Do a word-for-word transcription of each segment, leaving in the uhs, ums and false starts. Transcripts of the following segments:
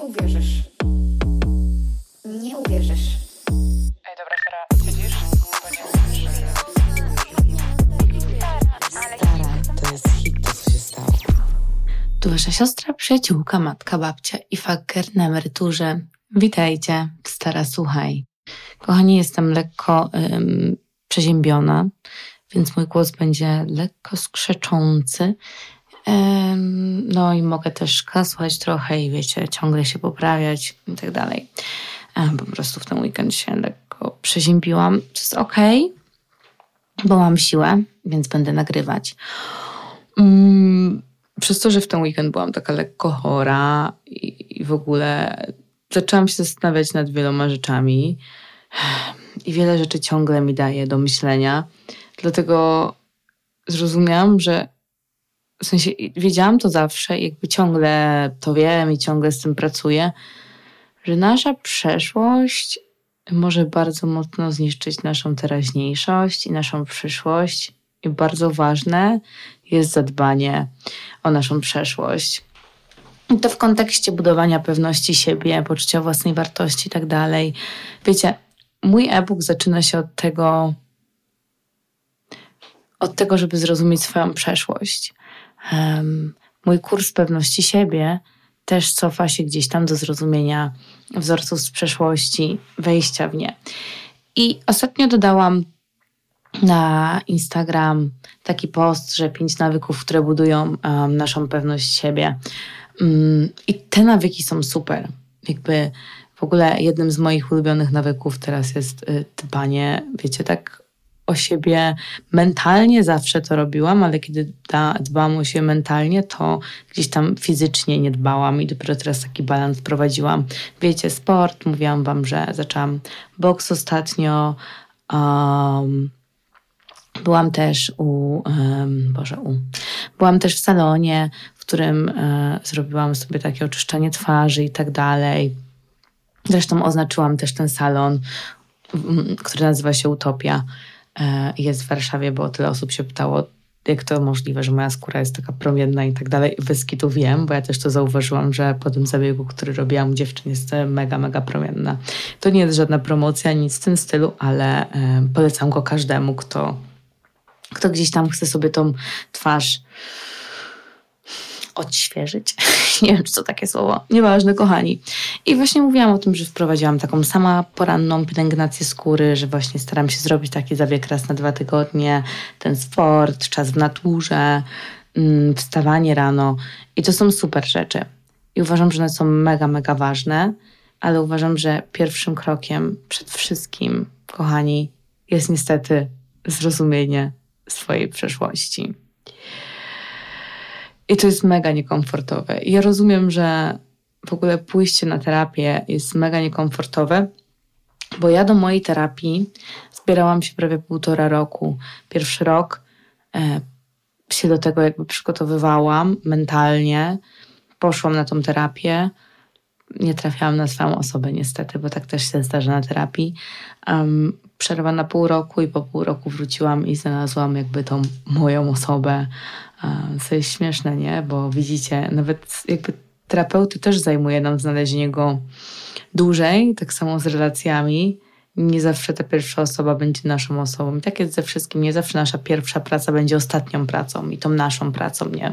uwierzysz. Nie uwierzysz. Ej, dobra, Sara, siedzisz? Bo nie słyszę. Stara, to jest hit, to co się stało. Tu wasza siostra, przyjaciółka, matka, babcia i faker na emeryturze. Witajcie, stara, słuchaj. Kochani, jestem lekko ym, przeziębiona, więc mój głos będzie lekko skrzeczący. Ym, no i mogę też kasłać trochę i wiecie, ciągle się poprawiać i tak dalej. Ym, po prostu w ten weekend się lekko przeziębiłam, co jest okej, okay, bo mam siłę, więc będę nagrywać. Ym, Przez to, że w ten weekend byłam taka lekko chora i, i w ogóle zaczęłam się zastanawiać nad wieloma rzeczami i wiele rzeczy ciągle mi daje do myślenia. Dlatego zrozumiałam, że w sensie wiedziałam to zawsze i jakby ciągle to wiem i ciągle z tym pracuję, że nasza przeszłość może bardzo mocno zniszczyć naszą teraźniejszość i naszą przyszłość. I bardzo ważne jest zadbanie o naszą przeszłość. I to w kontekście budowania pewności siebie, poczucia własnej wartości i tak dalej. Wiecie, mój e-book zaczyna się od tego, od tego, żeby zrozumieć swoją przeszłość. Um, mój kurs pewności siebie też cofa się gdzieś tam do zrozumienia wzorców z przeszłości, wejścia w nie. I ostatnio dodałam na Instagram taki post, że pięć nawyków, które budują um, naszą pewność siebie. Um, I te nawyki są super. Jakby w ogóle jednym z moich ulubionych nawyków teraz jest y, dbanie, wiecie, tak o siebie mentalnie. Zawsze to robiłam, ale kiedy da, dbałam o siebie mentalnie, to gdzieś tam fizycznie nie dbałam i dopiero teraz taki balans prowadziłam. Wiecie, sport, mówiłam wam, że zaczęłam boks ostatnio. Um, Byłam też u, um, Boże, u, byłam też w salonie, w którym e, zrobiłam sobie takie oczyszczanie twarzy i tak dalej. Zresztą oznaczyłam też ten salon, m, który nazywa się Utopia. E, jest w Warszawie, bo tyle osób się pytało, jak to możliwe, że moja skóra jest taka promienna i tak dalej. Bez kitu wiem, bo ja też to zauważyłam, że po tym zabiegu, który robiłam u dziewczyn, jest mega, mega promienna. To nie jest żadna promocja, nic w tym stylu, ale e, polecam go każdemu, kto Kto gdzieś tam chce sobie tą twarz odświeżyć. Nie wiem, czy to takie słowo. Nieważne, kochani. I właśnie mówiłam o tym, że wprowadziłam taką sama poranną pielęgnację skóry, że właśnie staram się zrobić taki zabieg raz na dwa tygodnie, ten sport, czas w naturze, wstawanie rano. I to są super rzeczy. I uważam, że one są mega, mega ważne, ale uważam, że pierwszym krokiem przed wszystkim, kochani, jest niestety zrozumienie swojej przeszłości. I to jest mega niekomfortowe. I ja rozumiem, że w ogóle pójście na terapię jest mega niekomfortowe, bo ja do mojej terapii zbierałam się prawie półtora roku. Pierwszy rok e, się do tego jakby przygotowywałam mentalnie. Poszłam na tą terapię. Nie trafiałam na swoją osobę niestety, bo tak też się zdarza na terapii. Um, przerwa na pół roku i po pół roku wróciłam i znalazłam jakby tą moją osobę. Um, co jest śmieszne, nie? Bo widzicie, nawet jakby terapeuty też zajmuje nam znalezienie go dłużej, tak samo z relacjami. Nie zawsze ta pierwsza osoba będzie naszą osobą. I tak jest ze wszystkim. Nie zawsze nasza pierwsza praca będzie ostatnią pracą i tą naszą pracą, nie?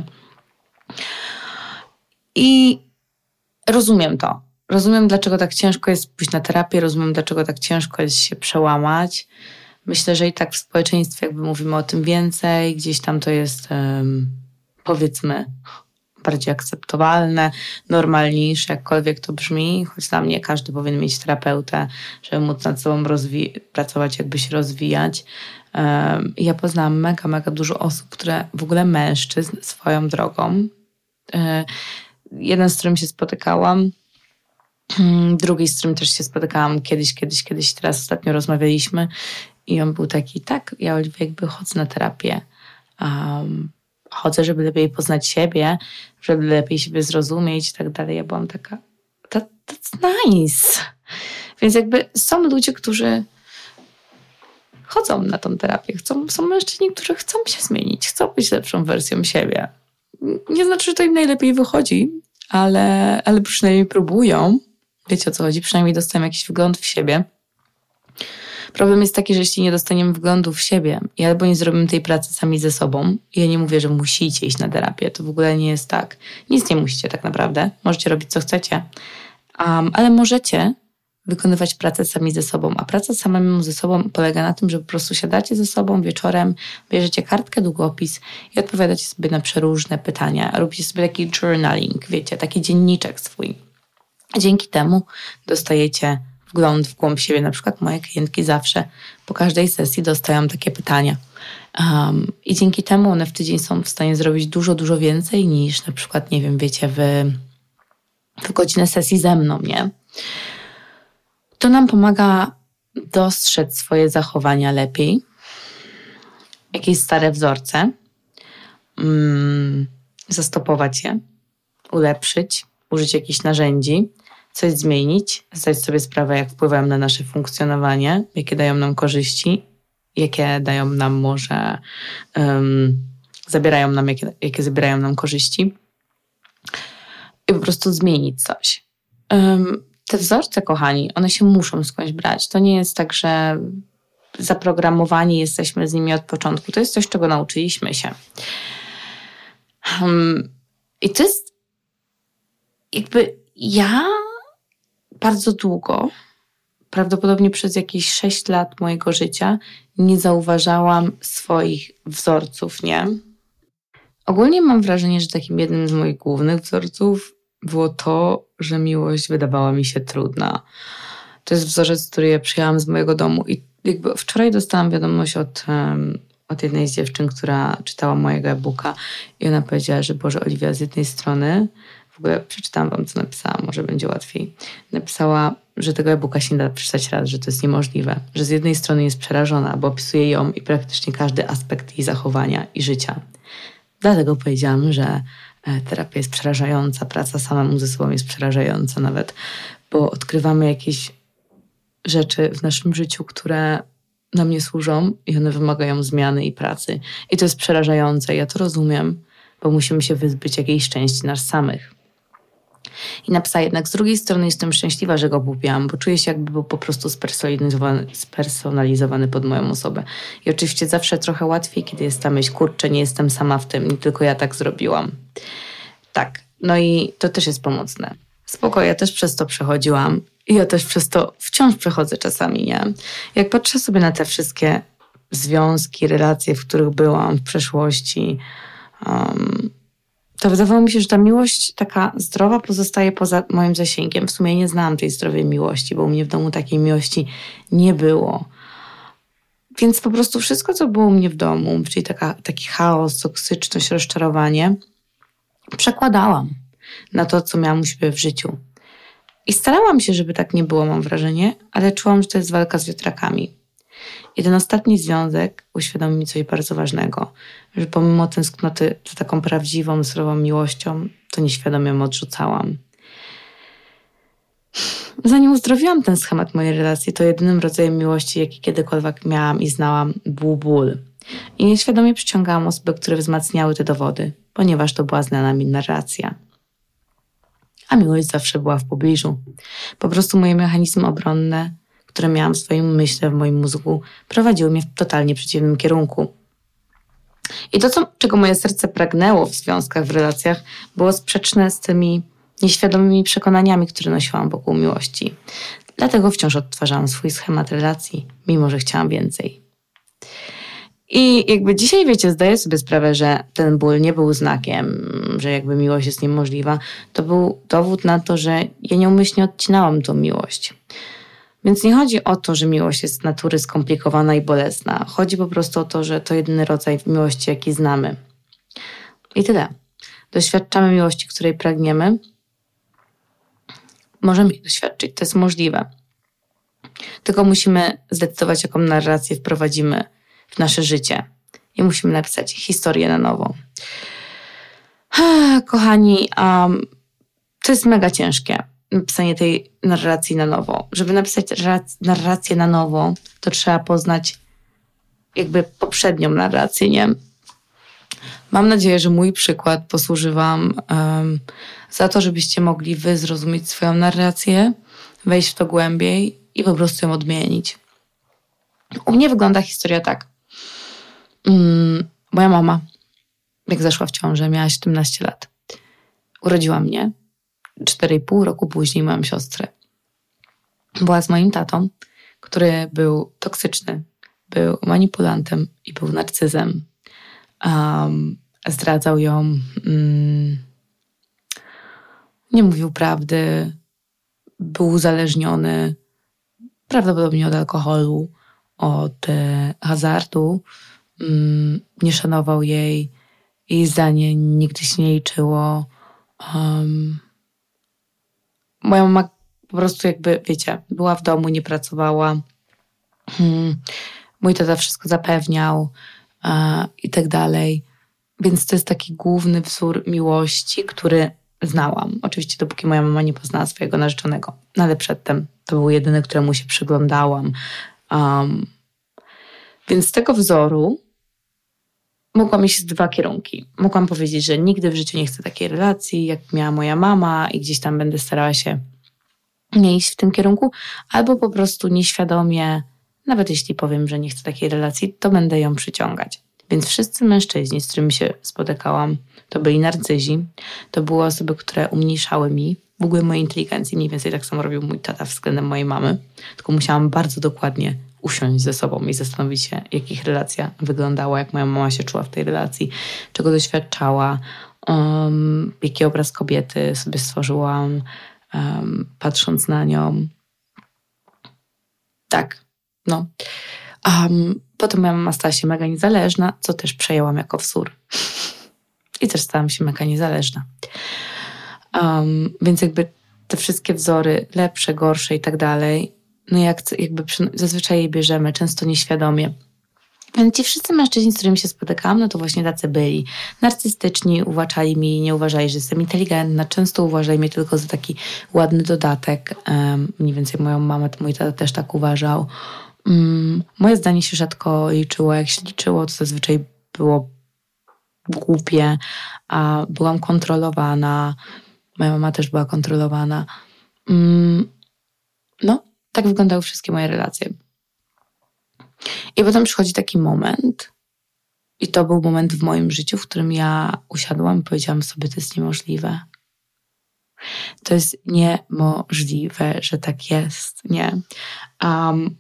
I rozumiem to. Rozumiem, dlaczego tak ciężko jest pójść na terapię, rozumiem, dlaczego tak ciężko jest się przełamać. Myślę, że i tak w społeczeństwie jakby mówimy o tym więcej, gdzieś tam to jest um, powiedzmy bardziej akceptowalne, normalniejsze, jakkolwiek to brzmi, choć dla mnie każdy powinien mieć terapeutę, żeby móc nad sobą rozwi- pracować, jakby się rozwijać. Um, ja poznałam mega, mega dużo osób, które w ogóle mężczyzn swoją drogą. Um, jeden, z którym się spotykałam, drugi, z którym też się spotykałam kiedyś, kiedyś, kiedyś, teraz ostatnio rozmawialiśmy i on był taki, tak, ja Oliwia jakby chodzę na terapię. Um, chodzę, żeby lepiej poznać siebie, żeby lepiej siebie zrozumieć i tak dalej. Ja byłam taka, that, that's nice. Więc jakby są ludzie, którzy chodzą na tą terapię. Chcą, są mężczyźni, którzy chcą się zmienić, chcą być lepszą wersją siebie. Nie znaczy, że to im najlepiej wychodzi, ale, ale przynajmniej próbują. Wiecie, o co chodzi? Przynajmniej dostają jakiś wgląd w siebie. Problem jest taki, że jeśli nie dostaniemy wglądu w siebie i albo nie zrobimy tej pracy sami ze sobą, i ja nie mówię, że musicie iść na terapię, to w ogóle nie jest tak. Nic nie musicie tak naprawdę. Możecie robić, co chcecie. Um, ale możecie wykonywać pracę sami ze sobą. A praca samemu ze sobą polega na tym, że po prostu siadacie ze sobą wieczorem, bierzecie kartkę, długopis i odpowiadacie sobie na przeróżne pytania. Robicie sobie taki journaling, wiecie, taki dzienniczek swój. Dzięki temu dostajecie wgląd w głąb siebie. Na przykład moje klientki zawsze po każdej sesji dostają takie pytania. Um, I dzięki temu one w tydzień są w stanie zrobić dużo, dużo więcej niż na przykład, nie wiem, wiecie, w, w godzinę sesji ze mną, nie? To nam pomaga dostrzec swoje zachowania lepiej, jakieś stare wzorce, um, zastopować je, ulepszyć, użyć jakichś narzędzi, coś zmienić, zdać sobie sprawę, jak wpływają na nasze funkcjonowanie, jakie dają nam korzyści, jakie dają nam może, um, zabierają nam, jakie, jakie zabierają nam korzyści i po prostu zmienić coś. Um, te wzorce, kochani, one się muszą skądś brać. To nie jest tak, że zaprogramowani jesteśmy z nimi od początku. To jest coś, czego nauczyliśmy się. Um, I to jest jakby ja bardzo długo, prawdopodobnie przez jakieś sześć lat mojego życia, nie zauważałam swoich wzorców, nie? Ogólnie mam wrażenie, że takim jednym z moich głównych wzorców było to, że miłość wydawała mi się trudna. To jest wzorzec, który ja przyjęłam z mojego domu i jakby wczoraj dostałam wiadomość od, um, od jednej z dziewczyn, która czytała mojego e-booka i ona powiedziała, że Boże, Oliwia, z jednej strony, w ogóle przeczytałam wam, co napisała, może będzie łatwiej. Napisała, że tego e-booka się nie da przeczytać raz, że to jest niemożliwe, że z jednej strony jest przerażona, bo opisuje ją i praktycznie każdy aspekt jej zachowania i życia. Dlatego powiedziałam, że terapia jest przerażająca, praca samemu ze sobą jest przerażająca nawet, bo odkrywamy jakieś rzeczy w naszym życiu, które nam nie służą i one wymagają zmiany i pracy. I to jest przerażające, ja to rozumiem, bo musimy się wyzbyć jakiejś części nas samych. I napisała jednak, z drugiej strony jestem szczęśliwa, że go kupiłam, bo czuję się, jakby był po prostu spersonalizowany, spersonalizowany pod moją osobę. I oczywiście zawsze trochę łatwiej, kiedy jest ta myśl, kurczę, nie jestem sama w tym, nie tylko ja tak zrobiłam. Tak, no i to też jest pomocne. Spoko, ja też przez to przechodziłam i ja też przez to wciąż przechodzę czasami, nie? Jak patrzę sobie na te wszystkie związki, relacje, w których byłam w przeszłości, um, to wydawało mi się, że ta miłość taka zdrowa pozostaje poza moim zasięgiem. W sumie nie znałam tej zdrowej miłości, bo u mnie w domu takiej miłości nie było. Więc po prostu wszystko, co było u mnie w domu, czyli taka, taki chaos, toksyczność, rozczarowanie, przekładałam na to, co miałam u siebie w życiu. I starałam się, żeby tak nie było, mam wrażenie, ale czułam, że to jest walka z wiatrakami. I ten ostatni związek uświadomił mi coś bardzo ważnego, że pomimo tęsknoty za taką prawdziwą, zdrową miłością, to nieświadomie ją odrzucałam. Zanim uzdrowiłam ten schemat mojej relacji, to jedynym rodzajem miłości, jaki kiedykolwiek miałam i znałam, był ból. I nieświadomie przyciągałam osoby, które wzmacniały te dowody, ponieważ to była znana mi narracja. A miłość zawsze była w pobliżu. Po prostu moje mechanizmy obronne, które miałam w swoim myśle, w moim mózgu, prowadziły mnie w totalnie przeciwnym kierunku. I to, co, czego moje serce pragnęło w związkach, w relacjach, było sprzeczne z tymi nieświadomymi przekonaniami, które nosiłam wokół miłości. Dlatego wciąż odtwarzałam swój schemat relacji, mimo że chciałam więcej. I jakby dzisiaj, wiecie, zdaję sobie sprawę, że ten ból nie był znakiem, że jakby miłość jest niemożliwa. To był dowód na to, że ja nieumyślnie odcinałam tą miłość. Więc nie chodzi o to, że miłość jest z natury skomplikowana i bolesna. Chodzi po prostu o to, że to jedyny rodzaj miłości, jaki znamy. I tyle. Doświadczamy miłości, której pragniemy. Możemy jej doświadczyć, to jest możliwe. Tylko musimy zdecydować, jaką narrację wprowadzimy w nasze życie. I musimy napisać historię na nowo. Kochani, um, to jest mega ciężkie. Napisanie tej narracji na nowo. Żeby napisać narrację na nowo, to trzeba poznać jakby poprzednią narrację, nie? Mam nadzieję, że mój przykład posłuży wam um, za to, żebyście mogli wy zrozumieć swoją narrację, wejść w to głębiej i po prostu ją odmienić. U mnie wygląda historia tak. Um, moja mama, jak zaszła w ciążę, miała siedemnaście lat. Urodziła mnie. cztery i pół roku później moją siostrę. Była z moim tatą, który był toksyczny, był manipulantem i był narcyzem. Um, zdradzał ją, um, nie mówił prawdy, był uzależniony prawdopodobnie od alkoholu, od e, hazardu, um, nie szanował jej, jej zdanie nigdy się nie liczyło. Um, moja mama po prostu jakby, wiecie, była w domu, nie pracowała. Hmm, mój tata wszystko zapewniał e, i tak dalej. Więc to jest taki główny wzór miłości, który znałam. Oczywiście dopóki moja mama nie poznała swojego narzeczonego. No ale przedtem to był jedyny, któremu się przyglądałam. Um, więc z tego wzoru mogłam iść w dwa kierunki. Mogłam powiedzieć, że nigdy w życiu nie chcę takiej relacji, jak miała moja mama i gdzieś tam będę starała się nie iść w tym kierunku, albo po prostu nieświadomie, nawet jeśli powiem, że nie chcę takiej relacji, to będę ją przyciągać. Więc wszyscy mężczyźni, z którymi się spotykałam, to byli narcyzi, to były osoby, które umniejszały mi w ogóle mojej inteligencji. Mniej więcej tak samo robił mój tata względem mojej mamy, tylko musiałam bardzo dokładnie usiąść ze sobą i zastanowić się, jak ich relacja wyglądała, jak moja mama się czuła w tej relacji, czego doświadczała, um, jaki obraz kobiety sobie stworzyłam, um, patrząc na nią. Tak, no. Um, potem moja mama stała się mega niezależna, co też przejęłam jako wzór. I też stałam się mega niezależna. Um, więc jakby te wszystkie wzory, lepsze, gorsze i tak dalej, no jak jakby przy, zazwyczaj je bierzemy, często nieświadomie. Więc ci wszyscy mężczyźni, z którymi się spotykałam, no to właśnie tacy byli. Narcystyczni, uważali mi, nie uważali, że jestem inteligentna. Często uważali mnie tylko za taki ładny dodatek. Um, mniej więcej moją mamę, to mój tata też tak uważał. Um, moje zdanie się rzadko liczyło. Jak się liczyło, to zazwyczaj było głupie, a byłam kontrolowana. Moja mama też była kontrolowana. Um, no, tak wyglądały wszystkie moje relacje. I potem przychodzi taki moment, i to był moment w moim życiu, w którym ja usiadłam i powiedziałam sobie, to jest niemożliwe. To jest niemożliwe, że tak jest, nie? Um,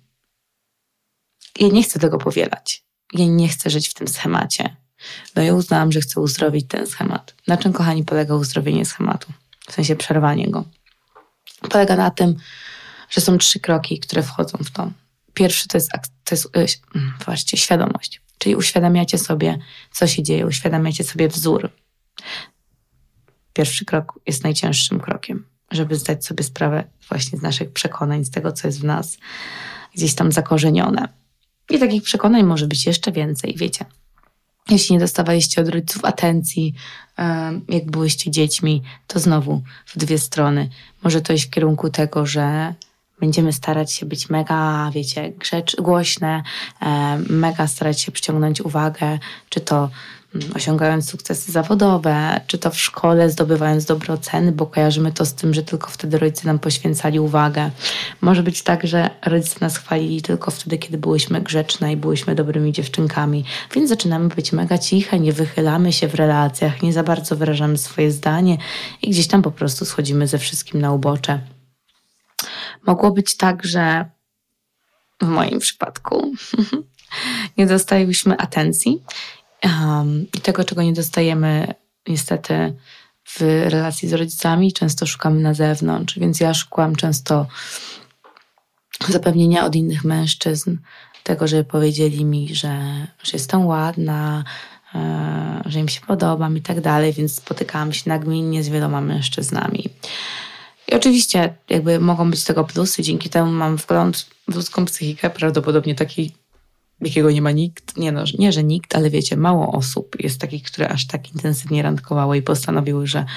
ja nie chcę tego powielać. Ja nie chcę żyć w tym schemacie. No i uznałam, że chcę uzdrowić ten schemat. Na czym, kochani, polega uzdrowienie schematu? W sensie przerwanie go. Polega na tym, że są trzy kroki, które wchodzą w to. Pierwszy to jest, to jest właśnie świadomość. Czyli uświadamiacie sobie, co się dzieje. Uświadamiacie sobie wzór. Pierwszy krok jest najcięższym krokiem, żeby zdać sobie sprawę właśnie z naszych przekonań, z tego, co jest w nas gdzieś tam zakorzenione. I takich przekonań może być jeszcze więcej, wiecie. Jeśli nie dostawaliście od rodziców atencji, jak byłyście dziećmi, to znowu w dwie strony. Może to iść w kierunku tego, że będziemy starać się być mega, wiecie, grzecz, głośne, mega starać się przyciągnąć uwagę, czy to osiągając sukcesy zawodowe, czy to w szkole zdobywając dobre oceny, bo kojarzymy to z tym, że tylko wtedy rodzice nam poświęcali uwagę. Może być tak, że rodzice nas chwalili tylko wtedy, kiedy byłyśmy grzeczne i byłyśmy dobrymi dziewczynkami, więc zaczynamy być mega ciche, nie wychylamy się w relacjach, nie za bardzo wyrażamy swoje zdanie i gdzieś tam po prostu schodzimy ze wszystkim na ubocze. Mogło być tak, że w moim przypadku nie dostałyśmy atencji um, i tego, czego nie dostajemy niestety w relacji z rodzicami, często szukamy na zewnątrz, więc ja szukałam często zapewnienia od innych mężczyzn, tego, żeby powiedzieli mi, że, że jestem ładna, e, że im się podobam i tak dalej, więc spotykałam się nagminnie z wieloma mężczyznami. I oczywiście jakby mogą być tego plusy, dzięki temu mam wgląd w ludzką psychikę, prawdopodobnie taki, jakiego nie ma nikt, nie, no, nie że nikt, ale wiecie, mało osób jest takich, które aż tak intensywnie randkowały i postanowiły, że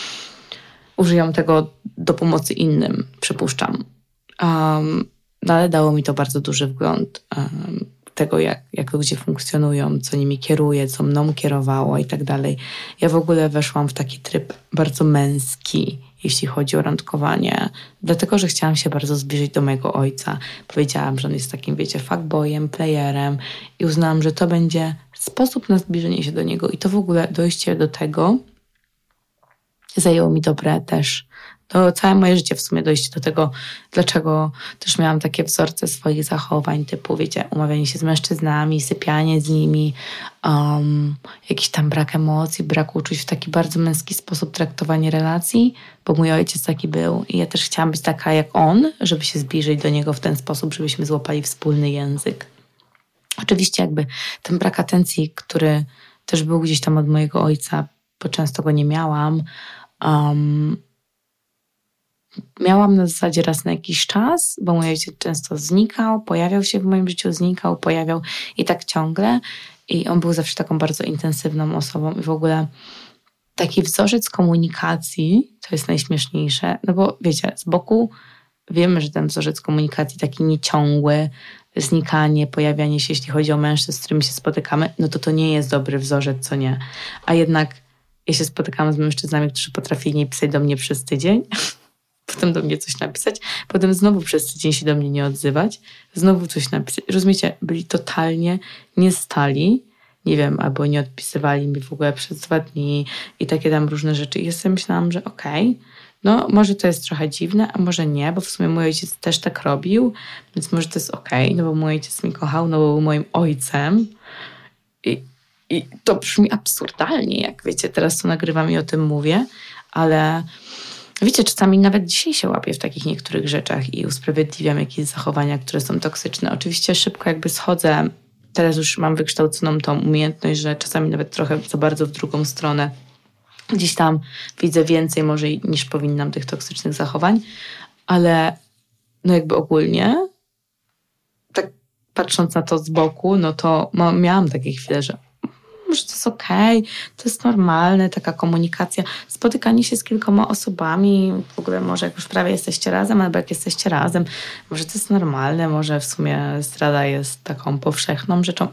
użyją tego do pomocy innym, przypuszczam. Um, no ale dało mi to bardzo duży wgląd um, tego, jak, jak ludzie funkcjonują, co nimi kieruje, co mną kierowało i tak dalej. Ja w ogóle weszłam w taki tryb bardzo męski, jeśli chodzi o randkowanie, dlatego, że chciałam się bardzo zbliżyć do mojego ojca. Powiedziałam, że on jest takim, wiecie, fuckboyem, playerem i uznałam, że to będzie sposób na zbliżenie się do niego i to w ogóle dojście do tego zajęło mi dobre też, to całe moje życie w sumie dojście do tego, dlaczego też miałam takie wzorce swoich zachowań, typu, wiecie, umawianie się z mężczyznami, sypianie z nimi, um, jakiś tam brak emocji, brak uczuć, w taki bardzo męski sposób traktowanie relacji, bo mój ojciec taki był i ja też chciałam być taka jak on, żeby się zbliżyć do niego w ten sposób, żebyśmy złapali wspólny język. Oczywiście jakby ten brak atencji, który też był gdzieś tam od mojego ojca, bo często go nie miałam, um, miałam na zasadzie raz na jakiś czas, bo mój ojciec często znikał, pojawiał się w moim życiu, znikał, pojawiał i tak ciągle. I on był zawsze taką bardzo intensywną osobą i w ogóle taki wzorzec komunikacji, to jest najśmieszniejsze, no bo wiecie, z boku wiemy, że ten wzorzec komunikacji taki nieciągły, znikanie, pojawianie się, jeśli chodzi o mężczyzn, z którymi się spotykamy, no to to nie jest dobry wzorzec, co nie. A jednak ja się spotykałam z mężczyznami, którzy potrafili nie pisać do mnie przez tydzień, potem do mnie coś napisać, potem znowu przez tydzień się do mnie nie odzywać, znowu coś napisać. Rozumiecie, byli totalnie niestali, nie wiem, albo nie odpisywali mi w ogóle przez dwa dni i takie tam różne rzeczy. I ja sobie myślałam, że okej, okay, no może to jest trochę dziwne, a może nie, bo w sumie mój ojciec też tak robił, więc może to jest okej, okay, no bo mój ojciec mnie kochał, no bo był moim ojcem. I, i to brzmi absurdalnie, jak wiecie, teraz to nagrywam i o tym mówię, ale wiecie, czasami nawet dzisiaj się łapię w takich niektórych rzeczach i usprawiedliwiam jakieś zachowania, które są toksyczne. Oczywiście szybko jakby schodzę, teraz już mam wykształconą tą umiejętność, że czasami nawet trochę za bardzo w drugą stronę gdzieś tam widzę więcej może niż powinnam tych toksycznych zachowań, ale no jakby ogólnie tak patrząc na to z boku, no to ma, miałam takie chwile, że może to jest okej, okay, to jest normalne, taka komunikacja, spotykanie się z kilkoma osobami, w ogóle może jak już prawie jesteście razem, albo jak jesteście razem, może to jest normalne, może w sumie zdrada jest taką powszechną rzeczą.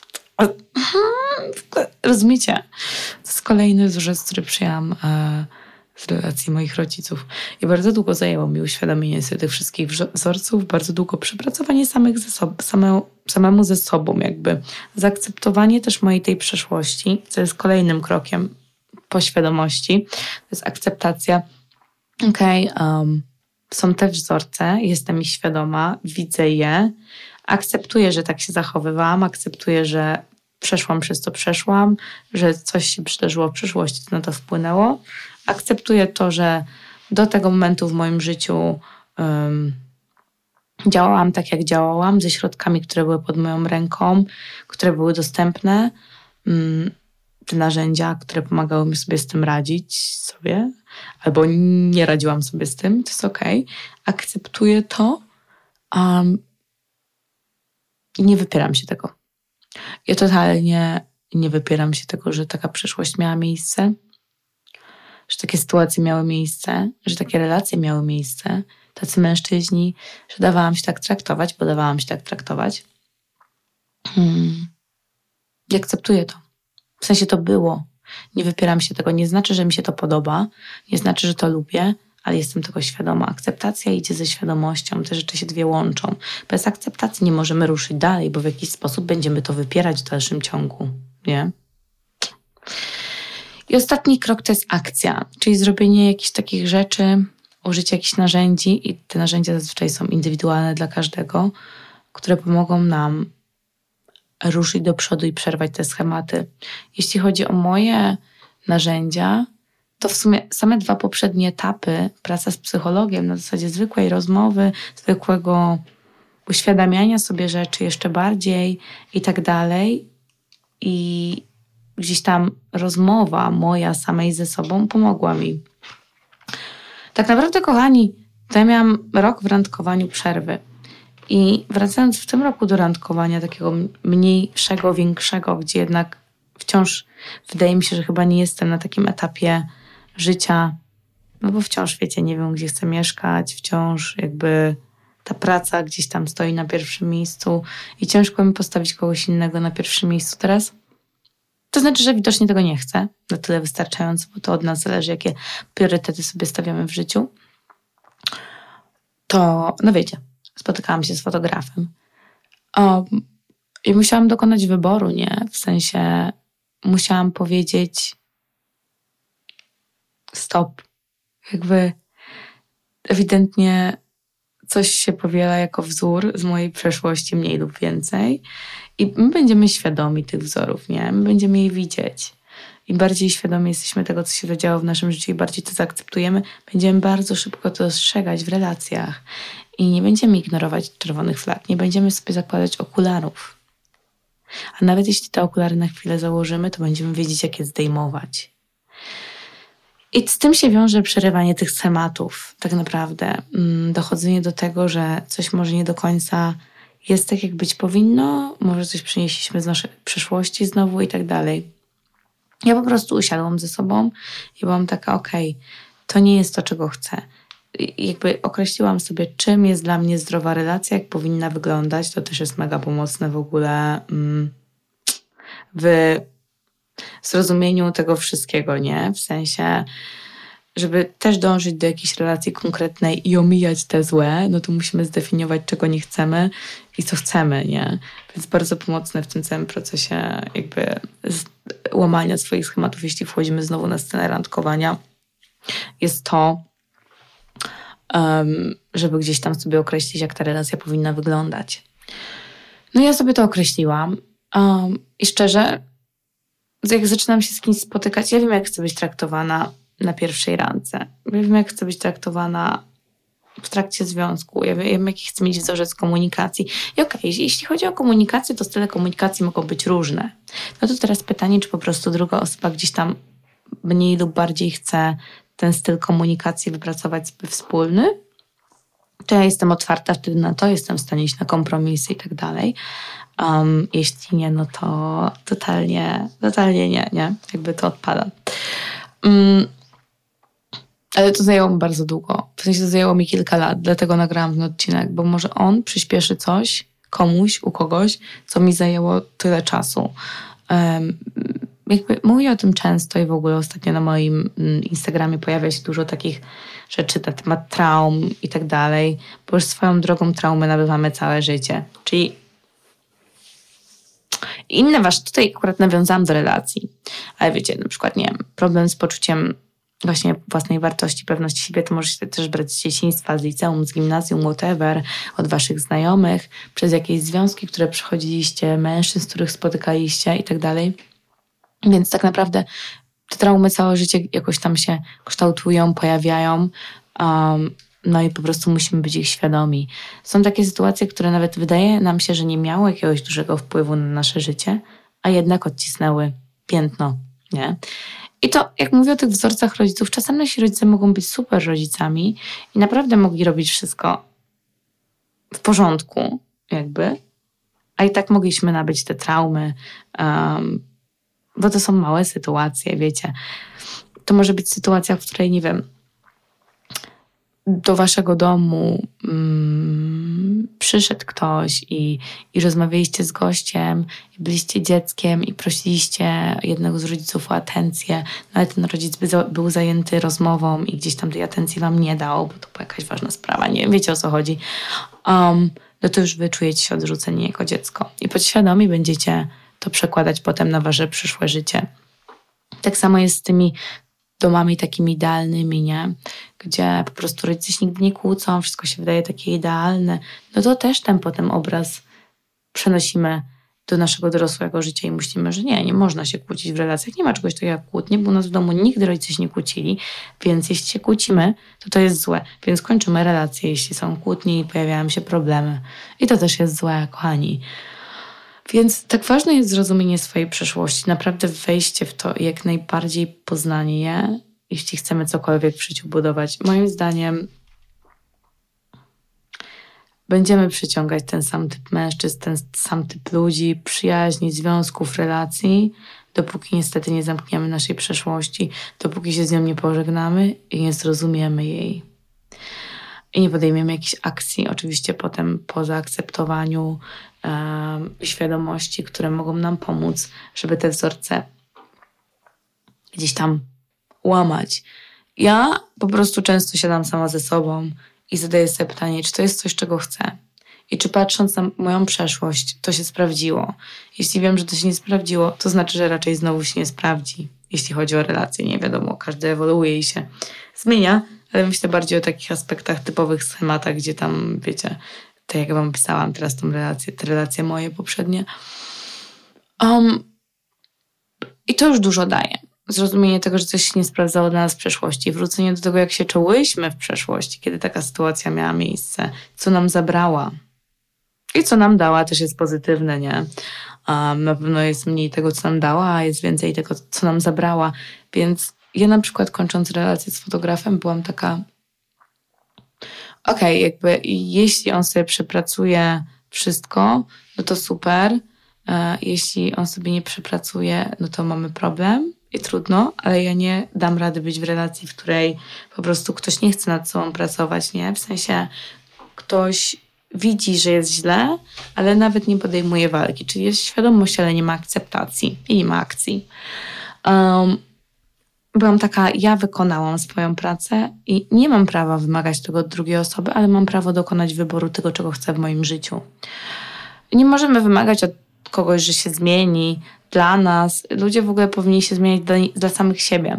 Rozumiecie? To jest kolejny wzorzec, który przyjęłam e, z relacji moich rodziców. I bardzo długo zajęło mi uświadomienie sobie tych wszystkich wzorców, bardzo długo przepracowanie samych ze sobą, same, samemu ze sobą jakby. Zaakceptowanie też mojej tej przeszłości, co jest kolejnym krokiem po świadomości. To jest akceptacja. Okej, okay, um, są te wzorce, jestem ich świadoma, widzę je, akceptuję, że tak się zachowywałam, akceptuję, że przeszłam przez to, przeszłam, że coś się przydarzyło w przeszłości, co na to wpłynęło. Akceptuję to, że do tego momentu w moim życiu um, działałam tak, jak działałam, ze środkami, które były pod moją ręką, które były dostępne, um, te narzędzia, które pomagały mi sobie z tym radzić sobie, albo nie radziłam sobie z tym, to jest okej. Okay. Akceptuję to um, i nie wypieram się tego. Ja totalnie nie wypieram się tego, że taka przeszłość miała miejsce, że takie sytuacje miały miejsce, że takie relacje miały miejsce, tacy mężczyźni, że dawałam się tak traktować, bo dawałam się tak traktować. Hmm. I akceptuję to. W sensie to było. Nie wypieram się tego. Nie znaczy, że mi się to podoba, nie znaczy, że to lubię, ale jestem tego świadoma. Akceptacja idzie ze świadomością. Te rzeczy się dwie łączą. Bez akceptacji nie możemy ruszyć dalej, bo w jakiś sposób będziemy to wypierać w dalszym ciągu. Nie? I ostatni krok to jest akcja, czyli zrobienie jakichś takich rzeczy, użycie jakichś narzędzi i te narzędzia zazwyczaj są indywidualne dla każdego, które pomogą nam ruszyć do przodu i przerwać te schematy. Jeśli chodzi o moje narzędzia, to w sumie same dwa poprzednie etapy, praca z psychologiem na zasadzie zwykłej rozmowy, zwykłego uświadamiania sobie rzeczy jeszcze bardziej i tak dalej. I gdzieś tam rozmowa moja samej ze sobą pomogła mi. Tak naprawdę, kochani, to ja miałam rok w randkowaniu przerwy. I wracając w tym roku do randkowania takiego mniejszego, większego, gdzie jednak wciąż wydaje mi się, że chyba nie jestem na takim etapie życia, no bo wciąż, wiecie, nie wiem, gdzie chcę mieszkać, wciąż jakby ta praca gdzieś tam stoi na pierwszym miejscu i ciężko mi postawić kogoś innego na pierwszym miejscu teraz. To znaczy, że widocznie tego nie chcę na tyle wystarczająco, bo to od nas zależy, jakie priorytety sobie stawiamy w życiu. To, no wiecie, spotykałam się z fotografem o, i musiałam dokonać wyboru, nie? W sensie musiałam powiedzieć stop. Jakby ewidentnie coś się powiela jako wzór z mojej przeszłości, mniej lub więcej. I my będziemy świadomi tych wzorów, nie? My będziemy je widzieć. Im bardziej świadomi jesteśmy tego, co się zadziało w naszym życiu i bardziej to zaakceptujemy, będziemy bardzo szybko to dostrzegać w relacjach. I nie będziemy ignorować czerwonych flag, nie będziemy sobie zakładać okularów. A nawet jeśli te okulary na chwilę założymy, to będziemy wiedzieć, jak je zdejmować. I z tym się wiąże przerywanie tych schematów, tak naprawdę. Dochodzenie do tego, że coś może nie do końca jest tak, jak być powinno, może coś przenieśliśmy z naszej przeszłości znowu i tak dalej. Ja po prostu usiadłam ze sobą i byłam taka, okej, okay, to nie jest to, czego chcę. I jakby określiłam sobie, czym jest dla mnie zdrowa relacja, jak powinna wyglądać. To też jest mega pomocne w ogóle w zrozumieniu tego wszystkiego, nie? W sensie, żeby też dążyć do jakiejś relacji konkretnej i omijać te złe, no to musimy zdefiniować, czego nie chcemy i co chcemy, nie? Więc bardzo pomocne w tym całym procesie jakby łamania swoich schematów, jeśli wchodzimy znowu na scenę randkowania, jest to, um, żeby gdzieś tam sobie określić, jak ta relacja powinna wyglądać. No ja sobie to określiłam um, i szczerze, jak zaczynam się z kimś spotykać, ja wiem, jak chcę być traktowana na pierwszej randce. Ja wiem, jak chcę być traktowana w trakcie związku. Ja wiem, jaki chcę mieć wzorzec komunikacji. I okej, okay, jeśli chodzi o komunikację, to style komunikacji mogą być różne. No to teraz pytanie, czy po prostu druga osoba gdzieś tam mniej lub bardziej chce ten styl komunikacji wypracować wspólny, to ja jestem otwarta wtedy na to, jestem w stanie iść na kompromisy i tak dalej. Um, jeśli nie, no to totalnie, totalnie nie, nie? Jakby to odpada. Um, ale to zajęło mi bardzo długo. W sensie to zajęło mi kilka lat, dlatego nagrałam ten odcinek, bo może on przyspieszy coś komuś, u kogoś, co mi zajęło tyle czasu. Um, jakby mówię o tym często i w ogóle ostatnio na moim Instagramie pojawia się dużo takich rzeczy na temat traum i tak dalej, bo już swoją drogą traumy nabywamy całe życie. Czyli inne wasz, tutaj akurat nawiązałam do relacji, ale wiecie, na przykład, nie wiem, problem z poczuciem właśnie własnej wartości, pewności siebie, to możecie też brać z dzieciństwa, z liceum, z gimnazjum, whatever, od waszych znajomych, przez jakieś związki, które przechodziliście, mężczyzn, z których spotykaliście i tak dalej. Więc tak naprawdę te traumy całe życie jakoś tam się kształtują, pojawiają, um, no i po prostu musimy być ich świadomi. Są takie sytuacje, które nawet wydaje nam się, że nie miały jakiegoś dużego wpływu na nasze życie, a jednak odcisnęły piętno, nie? I to, jak mówię o tych wzorcach rodziców, czasem nasi rodzice mogą być super rodzicami i naprawdę mogli robić wszystko w porządku, jakby, a i tak mogliśmy nabyć te traumy, um, bo to są małe sytuacje, wiecie. To może być sytuacja, w której, nie wiem, do waszego domu mm, przyszedł ktoś i, i rozmawialiście z gościem, i byliście dzieckiem i prosiliście jednego z rodziców o atencję, no ale ten rodzic by za, był zajęty rozmową i gdzieś tam tej atencji wam nie dał, bo to była jakaś ważna sprawa, nie wiem, wiecie, o co chodzi. Um, no to już wy czujecie się odrzuceni jako dziecko i podświadomie będziecie to przekładać potem na wasze przyszłe życie. Tak samo jest z tymi domami takimi idealnymi, nie? Gdzie po prostu rodzice się nigdy nie kłócą, wszystko się wydaje takie idealne. No to też ten potem obraz przenosimy do naszego dorosłego życia i myślimy, że nie, nie można się kłócić w relacjach. Nie ma czegoś takiego jak kłótnie, bo u nas w domu nigdy rodzice się nie kłócili, więc jeśli się kłócimy, to to jest złe. Więc kończymy relacje, jeśli są kłótnie i pojawiają się problemy. I to też jest złe, kochani. Więc tak ważne jest zrozumienie swojej przeszłości, naprawdę wejście w to i jak najbardziej poznanie je, jeśli chcemy cokolwiek w życiu budować. Moim zdaniem będziemy przyciągać ten sam typ mężczyzn, ten sam typ ludzi, przyjaźni, związków, relacji, dopóki niestety nie zamkniemy naszej przeszłości, dopóki się z nią nie pożegnamy i nie zrozumiemy jej. i nie podejmiemy jakichś akcji, oczywiście potem po zaakceptowaniu um, świadomości, które mogą nam pomóc, żeby te wzorce gdzieś tam łamać. Ja po prostu często siadam sama ze sobą i zadaję sobie pytanie, czy to jest coś, czego chcę. I czy patrząc na moją przeszłość, to się sprawdziło. Jeśli wiem, że to się nie sprawdziło, to znaczy, że raczej znowu się nie sprawdzi. Jeśli chodzi o relacje, nie wiadomo, każdy ewoluuje i się zmienia, ale myślę bardziej o takich aspektach typowych, schematach, gdzie tam, wiecie, tak jak wam pisałam teraz tą relację, te relacje moje poprzednie. Um, I to już dużo daje. Zrozumienie tego, że coś się nie sprawdzało dla nas w przeszłości. Wrócenie do tego, jak się czułyśmy w przeszłości, kiedy taka sytuacja miała miejsce. Co nam zabrała. I co nam dała też jest pozytywne, nie? Um, na pewno jest mniej tego, co nam dała, a jest więcej tego, co nam zabrała. Więc ja na przykład kończąc relację z fotografem byłam taka okej, okay, jakby jeśli on sobie przepracuje wszystko, no to super. E, jeśli on sobie nie przepracuje, no to mamy problem i trudno, ale ja nie dam rady być w relacji, w której po prostu ktoś nie chce nad sobą pracować, nie? W sensie ktoś widzi, że jest źle, ale nawet nie podejmuje walki. Czyli jest świadomość, ale nie ma akceptacji i nie ma akcji. Um, byłam taka, ja wykonałam swoją pracę i nie mam prawa wymagać tego od drugiej osoby, ale mam prawo dokonać wyboru tego, czego chcę w moim życiu. Nie możemy wymagać od kogoś, że się zmieni dla nas. Ludzie w ogóle powinni się zmieniać dla, dla samych siebie.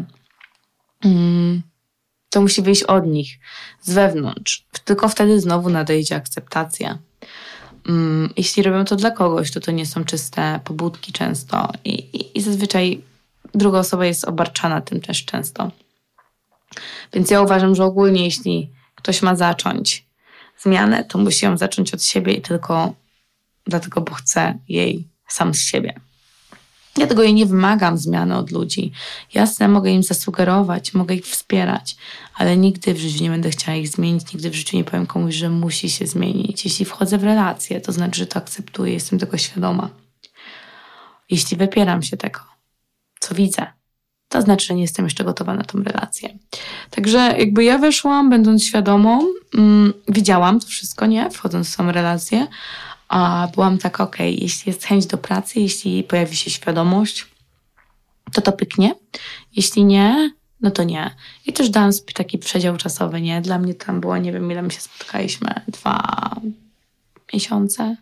Um, To musi wyjść od nich, z wewnątrz. Tylko wtedy znowu nadejdzie akceptacja. Um, jeśli robią to dla kogoś, to to nie są czyste pobudki często. I, i, i zazwyczaj druga osoba jest obarczana tym też często. Więc ja uważam, że ogólnie jeśli ktoś ma zacząć zmianę, to musi ją zacząć od siebie i tylko dlatego, bo chce jej sam z siebie. Ja tego jej nie wymagam zmiany od ludzi. Jasne, mogę im zasugerować, mogę ich wspierać, ale nigdy w życiu nie będę chciała ich zmienić, nigdy w życiu nie powiem komuś, że musi się zmienić. Jeśli wchodzę w relację, to znaczy, że to akceptuję, jestem tego świadoma. Jeśli wypieram się tego, co widzę, to znaczy, że nie jestem jeszcze gotowa na tą relację. Także jakby ja weszłam, będąc świadomą, mm, widziałam to wszystko, nie? Wchodząc w tą relację, a byłam taka, okej, okay, jeśli jest chęć do pracy, jeśli pojawi się świadomość, to to pyknie. Jeśli nie, no to nie. I też dałam sobie taki przedział czasowy, nie? Dla mnie tam było, nie wiem, ile my się spotkaliśmy, dwa miesiące.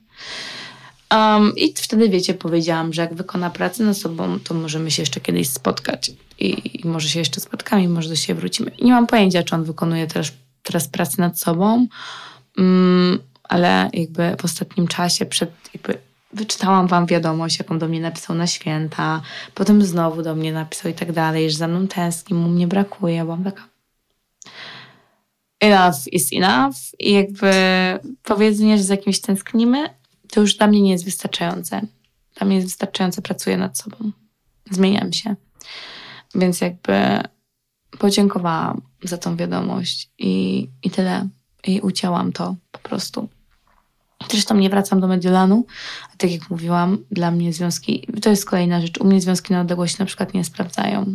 Um, I wtedy, wiecie, powiedziałam, że jak wykona pracę nad sobą, to możemy się jeszcze kiedyś spotkać. I, i może się jeszcze spotkamy, i może do siebie wrócimy. I nie mam pojęcia, czy on wykonuje teraz, teraz pracę nad sobą, um, ale jakby w ostatnim czasie przed, jakby wyczytałam wam wiadomość, jaką do mnie napisał na święta, potem znowu do mnie napisał i tak dalej, że za mną tęskni, mu mnie brakuje, byłam taka enough is enough i jakby powiedzenie, że z jakimś tęsknimy, to już dla mnie nie jest wystarczające. Dla mnie jest wystarczające, pracuję nad sobą. Zmieniam się. Więc jakby podziękowałam za tą wiadomość i, i tyle. I ucięłam to po prostu. Zresztą nie wracam do Mediolanu, a tak jak mówiłam, dla mnie związki, to jest kolejna rzecz, u mnie związki na odległość na przykład nie sprawdzają.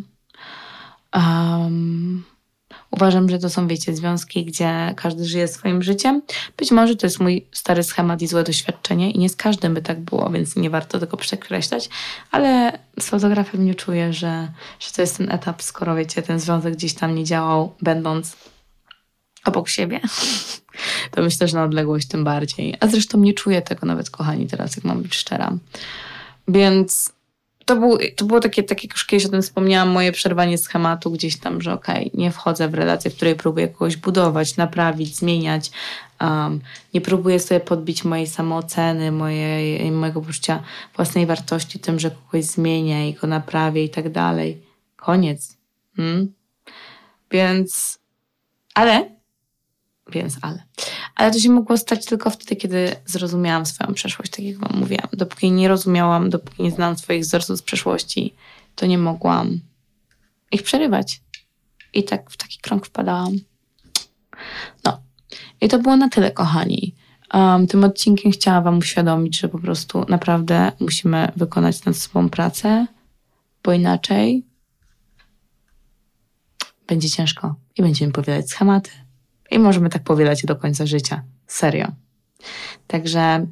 Um, uważam, że to są, wiecie, związki, gdzie każdy żyje swoim życiem. Być może to jest mój stary schemat i złe doświadczenie i nie z każdym by tak było, więc nie warto tego przekreślać, ale z fotografem nie czuję, że, że to jest ten etap, skoro, wiecie, ten związek gdzieś tam nie działał, będąc obok siebie, to myślę, że na odległość tym bardziej. A zresztą nie czuję tego nawet, kochani, teraz, jak mam być szczera. Więc to, był, to było takie, tak jak już kiedyś o tym wspomniałam, moje przerwanie schematu gdzieś tam, że okej, okay, nie wchodzę w relację, w której próbuję kogoś budować, naprawić, zmieniać. Um, nie próbuję sobie podbić mojej samooceny, mojej, mojego poczucia własnej wartości tym, że kogoś zmienię i go naprawię i tak dalej. Koniec. Hmm? Więc... Ale... Więc ale. Ale to się mogło stać tylko wtedy, kiedy zrozumiałam swoją przeszłość, tak jak wam mówiłam. Dopóki nie rozumiałam, dopóki nie znałam swoich wzorców z przeszłości, to nie mogłam ich przerywać. I tak w taki krąg wpadałam. No. I to było na tyle, kochani. Um, tym odcinkiem chciałam wam uświadomić, że po prostu naprawdę musimy wykonać nad sobą pracę, bo inaczej będzie ciężko i będziemy powielać schematy. I możemy tak powielać do końca życia. Serio. Także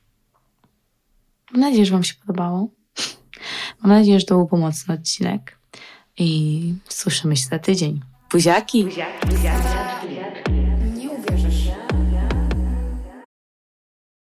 mam nadzieję, że wam się podobało. Mam nadzieję, że to był pomocny odcinek. I słyszymy się za tydzień. Buziaki! Buziaki, buziaki.